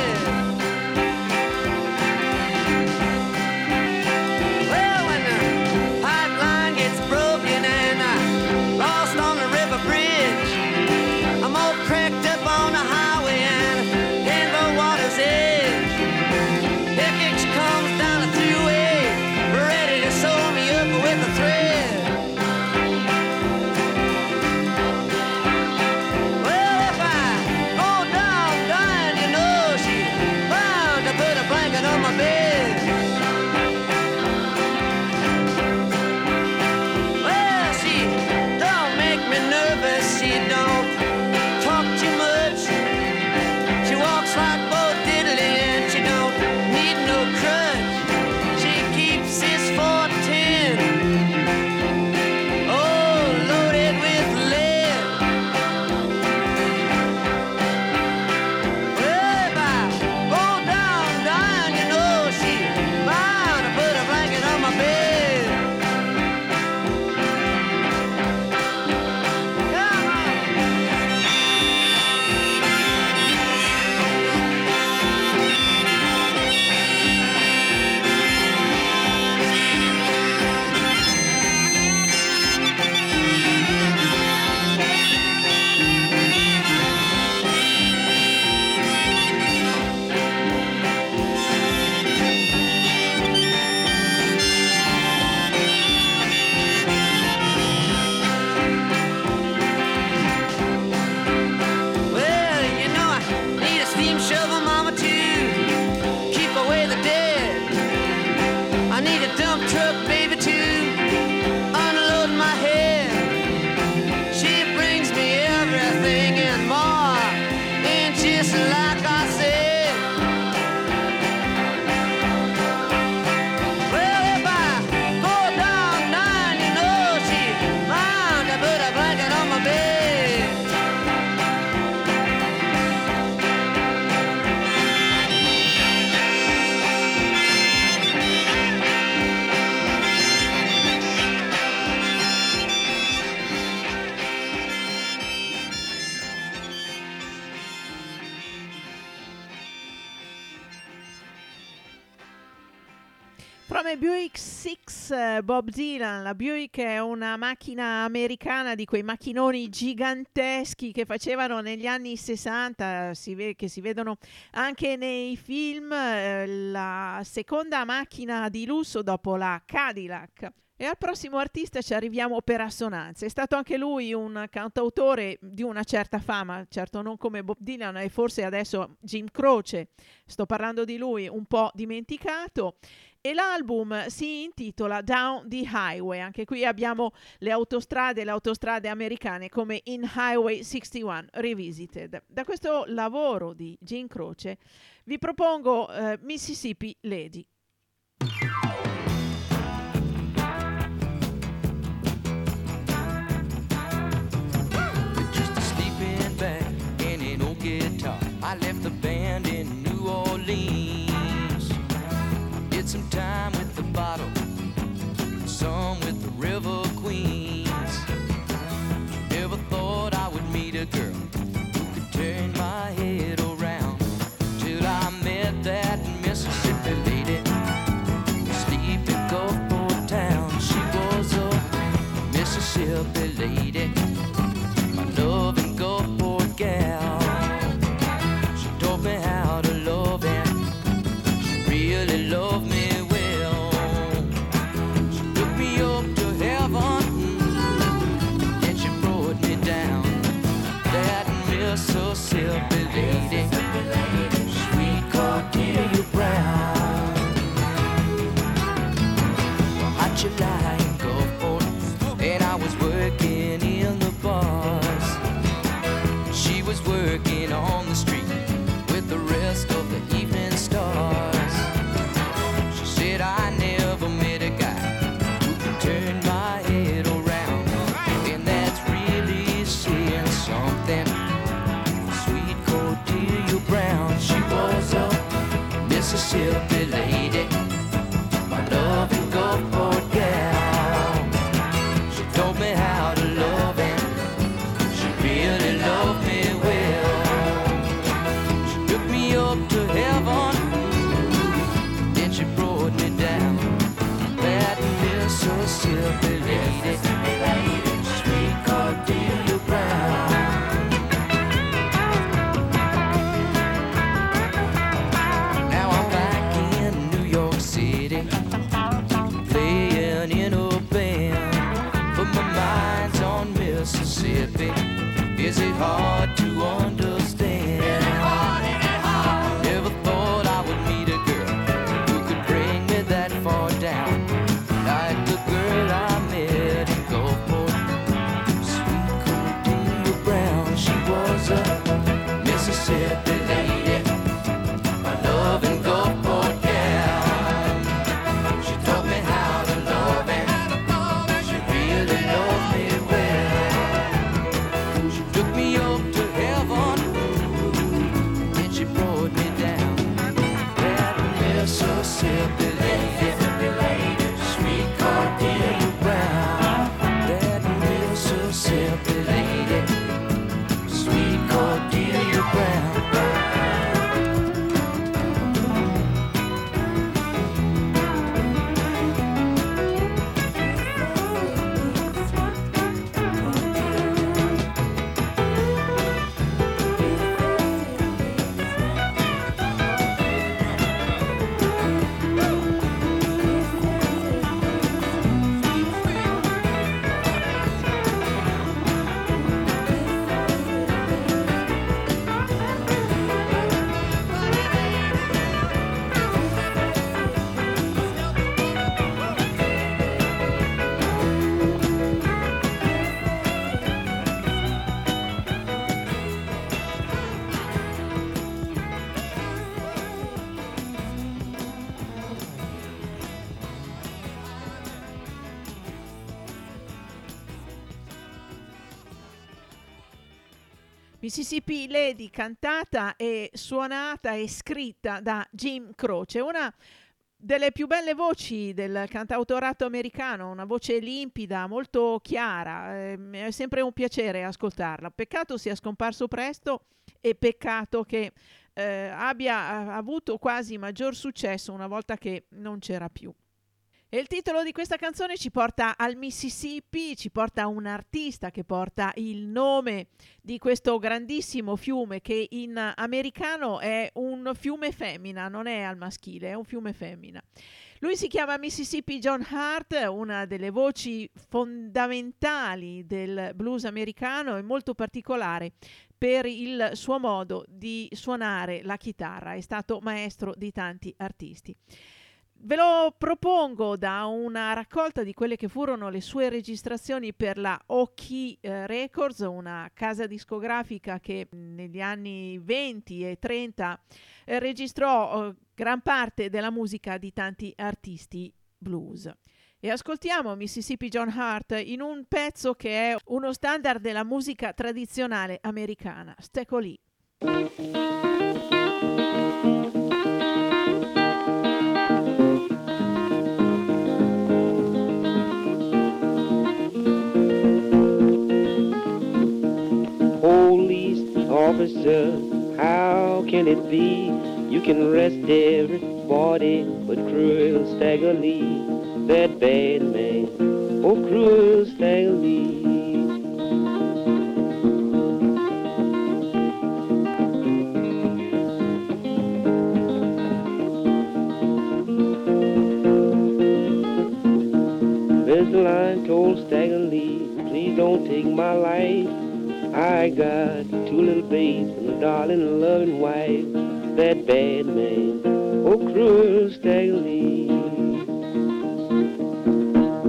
Buick six, Bob Dylan. La Buick è una macchina americana di quei macchinoni giganteschi che facevano negli anni sessanta, si ve- che si vedono anche nei film, eh, la seconda macchina di lusso dopo la Cadillac. E al prossimo artista ci arriviamo per assonanze. È stato anche lui un cantautore di una certa fama, certo non come Bob Dylan e forse adesso Jim Croce, sto parlando di lui, un po' dimenticato. E l'album si intitola Down the Highway. Anche qui abbiamo le autostrade, le autostrade americane come in Highway sessantuno Revisited. Da questo lavoro di Jim Croce vi propongo uh, Mississippi Lady. Just a sleeping bag and an old guitar. I left the band in New Orleans. Did some time with the bottle, some with the River Queens. Never thought I would meet a girl who could turn my head around, till I met that Mississippi lady. July in Gulfport, and I was working in the bars. She was working on the street with the rest of the evening stars. She said I never met a guy who could turn my head around, and that's really saying something. Sweet Cordelia Brown, she was a Mississippi lady, my love in Gulfport gal. She taught me how to love, and she really loved me well. She took me up to heaven, then she brought me down. That Mississippi lady, sweet Cordelia Brown. Now I'm back in New York City, playing in a band, but my mind's on Mississippi. Is it hard to understand? Never thought I would meet a girl who could bring me that far down, like the girl I met in Gulfport. Sweet Cordelia Brown, she was a Mississippi lady, my love in Gulfport gal. She taught me how to love, and she really loved me well. She took me up to heaven, then she brought me down. That Mississippi lady, sweet Cordelia Brown. That Mississippi lady, sweet Cordelia Brown. Mississippi Lady, cantata e suonata e scritta da Jim Croce, una delle più belle voci del cantautorato americano, una voce limpida, molto chiara, eh, è sempre un piacere ascoltarla. Peccato sia scomparso presto e peccato che eh, abbia avuto quasi maggior successo una volta che non c'era più. E il titolo di questa canzone ci porta al Mississippi, ci porta a un artista che porta il nome di questo grandissimo fiume che in americano è un fiume femmina, non è al maschile, è un fiume femmina. Lui si chiama Mississippi John Hart, una delle voci fondamentali del blues americano e molto particolare per il suo modo di suonare la chitarra. È stato maestro di tanti artisti. Ve lo propongo da una raccolta di quelle che furono le sue registrazioni per la Oki eh, Records, una casa discografica che negli anni venti e trenta eh, registrò eh, gran parte della musica di tanti artisti blues. E ascoltiamo Mississippi John Hart in un pezzo che è uno standard della musica tradizionale americana, Stecco lì. Police officer, how can it be? You can arrest everybody but cruel Stagger Lee, that bad man, oh cruel Stagger Lee. There's the line told Stagger Lee, please don't take my life. I got two little babes and a darling loving wife. That bad man, oh cruel Stagger Lee.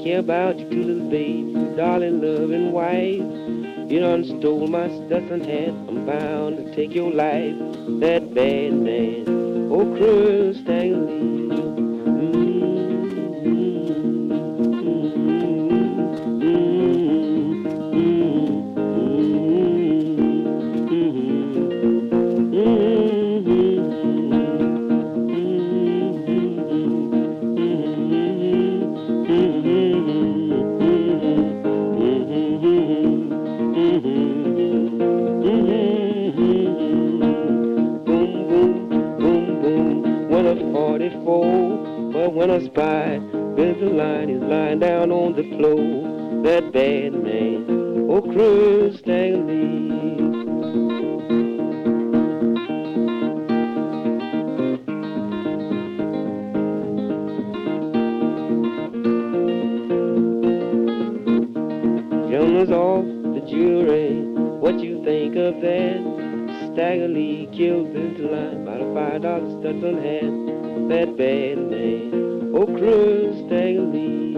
care about you two little baby, darling, loving wife. You done stole my Stetson hat, I'm bound to take your life. That bad man, oh cruel Stagger Lee. But when I spy, there's a line, he's lying down on the floor. That bad man, oh cruel Stagger Lee. Gentlemen's off the jury, what you think of that? Stagger Lee killed Vince Line by a five dollar Stetson hat. That bad man, oh cruel Stagger Lee.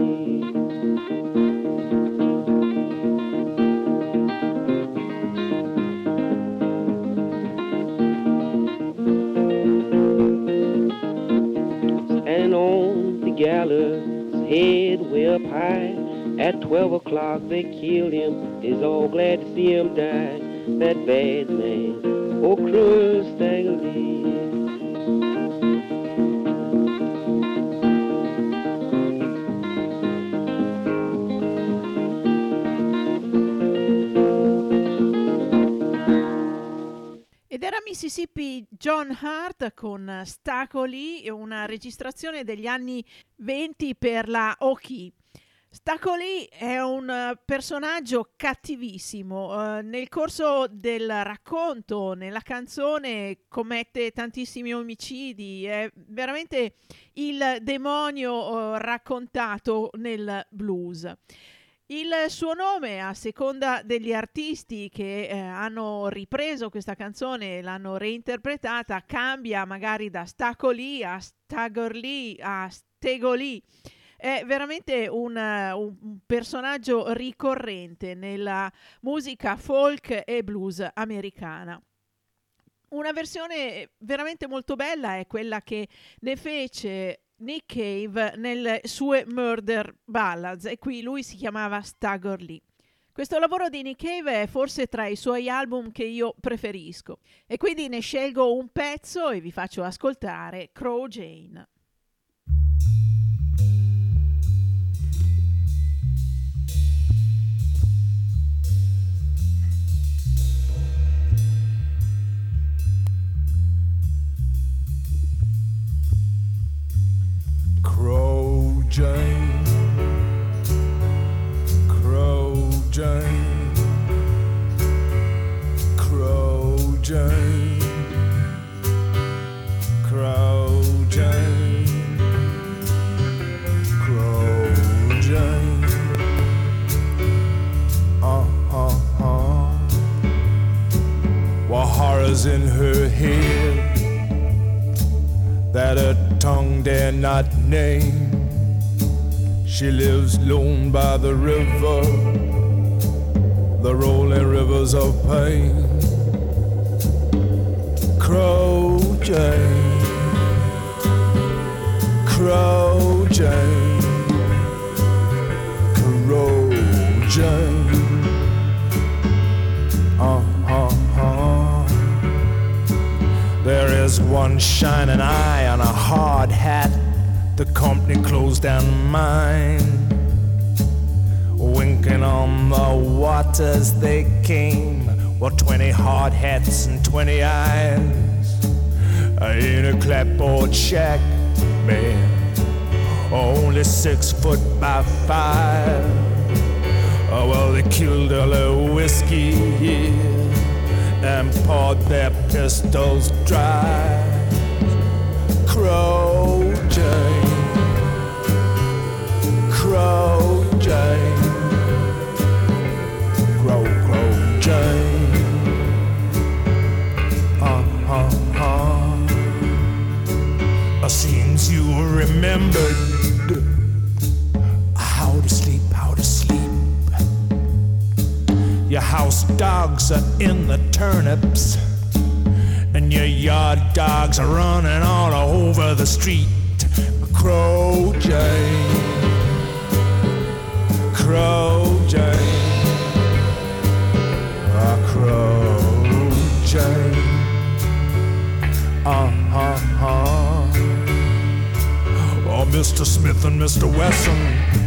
Standing on the gallows, head way up high. At twelve o'clock they killed him, he's all glad to see him die. That bad man, oh cruel Stagger Lee. Mississippi John Hart con Stacoli, una registrazione degli anni venti per la Oki. Stacoli è un personaggio cattivissimo, uh, nel corso del racconto, nella canzone commette tantissimi omicidi, è veramente il demonio uh, raccontato nel blues. Il suo nome, a seconda degli artisti che eh, hanno ripreso questa canzone e l'hanno reinterpretata, cambia magari da Stacoli a Stagger Lee a Stegoli. È veramente un, un personaggio ricorrente nella musica folk e blues americana. Una versione veramente molto bella è quella che ne fece Nick Cave nelle sue Murder Ballads, e qui lui si chiamava Stagger Lee. Questo lavoro di Nick Cave è forse tra i suoi album che io preferisco, e quindi ne scelgo un pezzo e vi faccio ascoltare Crow Jane. Crow Jane, Crow Jane, Crow Jane, Crow Jane, Crow Jane, uh-huh-huh. What horrors in her head that her tongue dare not name. She lives lone by the river, the rolling rivers of pain. Crow Jane, Crow Jane, Crow Jane, uh-huh-huh. There is one shining eye on a hard hat. The company closed down mine. Winking on the waters they came. Well, twenty hard hats and twenty eyes. In a clapboard shack, man. Only six foot by five. Oh, well, they killed all the whiskey here and poured their pistols dry. Crow Jane, Crow Jane, Crow, Crow Jane, uh-huh-huh. Seems you remembered how to Your house dogs are in the turnips, and your yard dogs are running all over the street. Crow Jane, Crow Jane, ah, Crow Jane, uh huh huh. Oh, Mister Smith and Mister Wesson,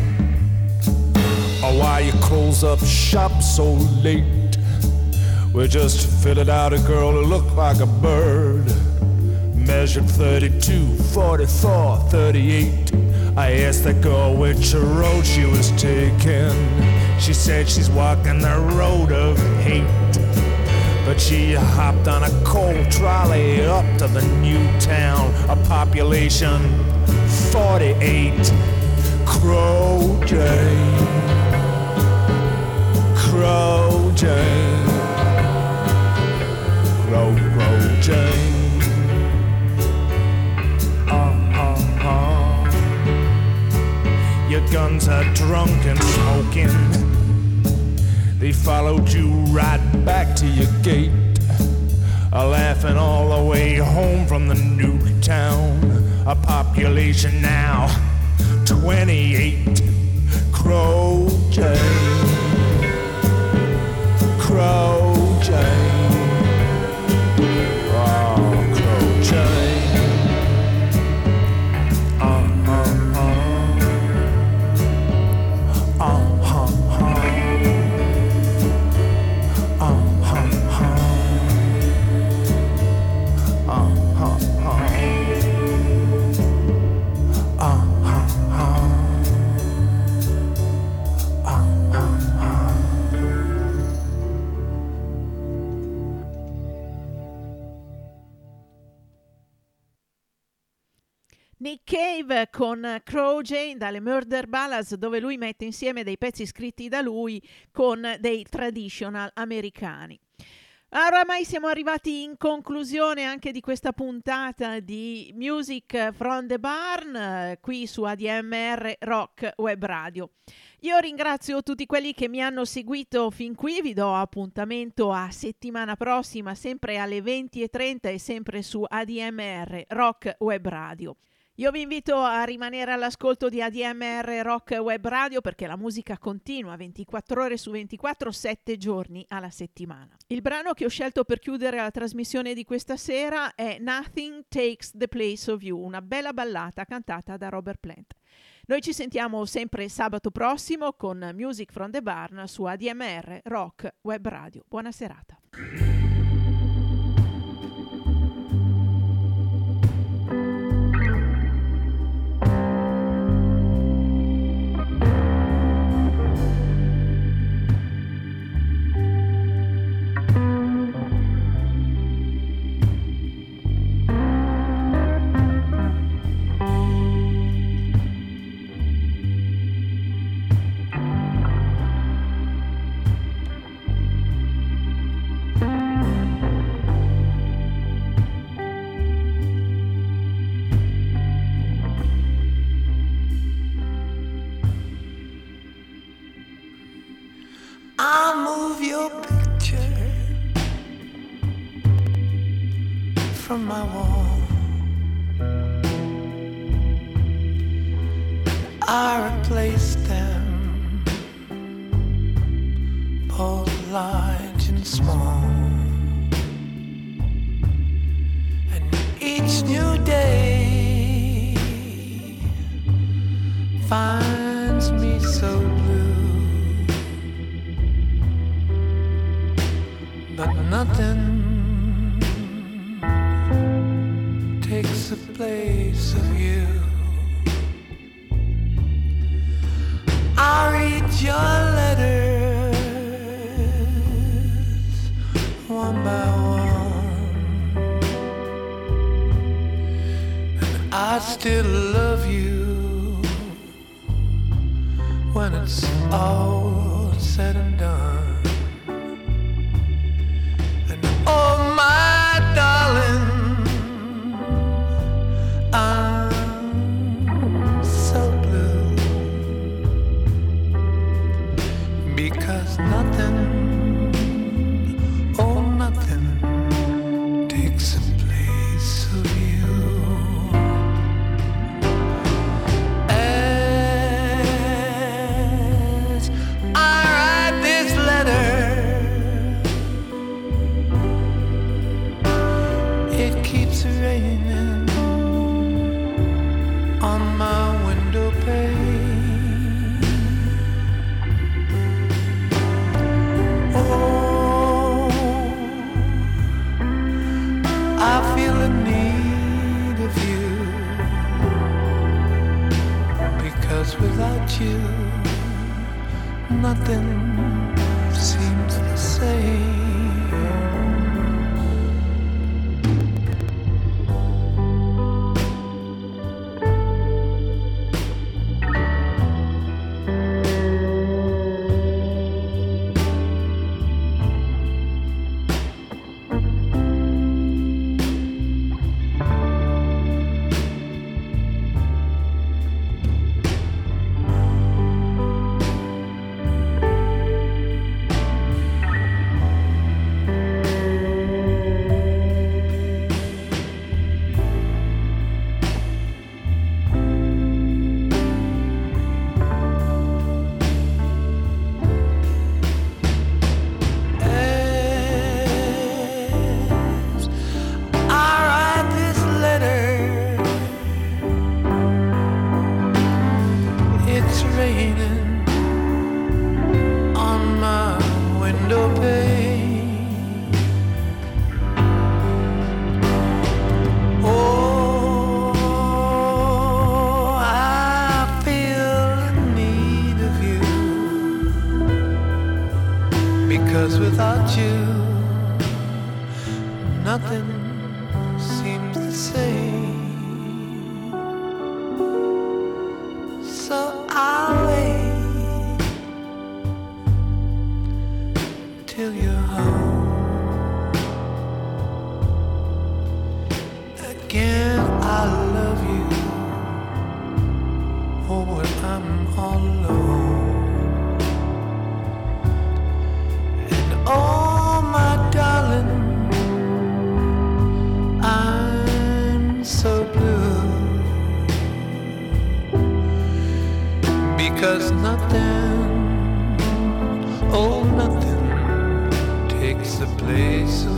oh, why you close up shop so late? We just fitted out a girl who looked like a bird. Measured thirty-two, forty-four, thirty-eight. I asked that girl which road she was taking. She said she's walking the road of hate. But she hopped on a coal trolley up to the new town, a population forty-eight. Crow Jane, Crow Jane, Crow, Crow Jane. Your guns are drunk and smoking. They followed you right back to your gate, a laughing all the way home from the new town. A population now twenty-eight. Crow Jane, Crow Jane, oh, Crow Jane. Nick Cave con Crow Jane dalle Murder Ballads, dove lui mette insieme dei pezzi scritti da lui con dei traditional americani. Oramai siamo arrivati in conclusione anche di questa puntata di Music from the Barn eh, qui su A D M R Rock Web Radio. Io ringrazio tutti quelli che mi hanno seguito fin qui, vi do appuntamento a settimana prossima sempre alle venti e trenta e sempre su A D M R Rock Web Radio. Io vi invito a rimanere all'ascolto di A D M R Rock Web Radio perché la musica continua ventiquattro ore su ventiquattro, sette giorni alla settimana. Il brano che ho scelto per chiudere la trasmissione di questa sera è Nothing Takes the Place of You, una bella ballata cantata da Robert Plant. Noi ci sentiamo sempre sabato prossimo con Music from the Barn su A D M R Rock Web Radio. Buona serata. I'll move your picture from my wall. I replace them, both large and small. And each new day finds me so blue. But nothing takes the place of you. I read your letters one by one, and I still love you when it's all said and done. Oh, my darling, I'm so blue because nothing I feel the need of you, because without you nothing seems the same. Because without you, nothing seems the same. So I'll wait till you're home. Again, I love you. Oh, when I'm all alone. Oh, my darling, I'm so blue, because nothing, oh, nothing takes the place of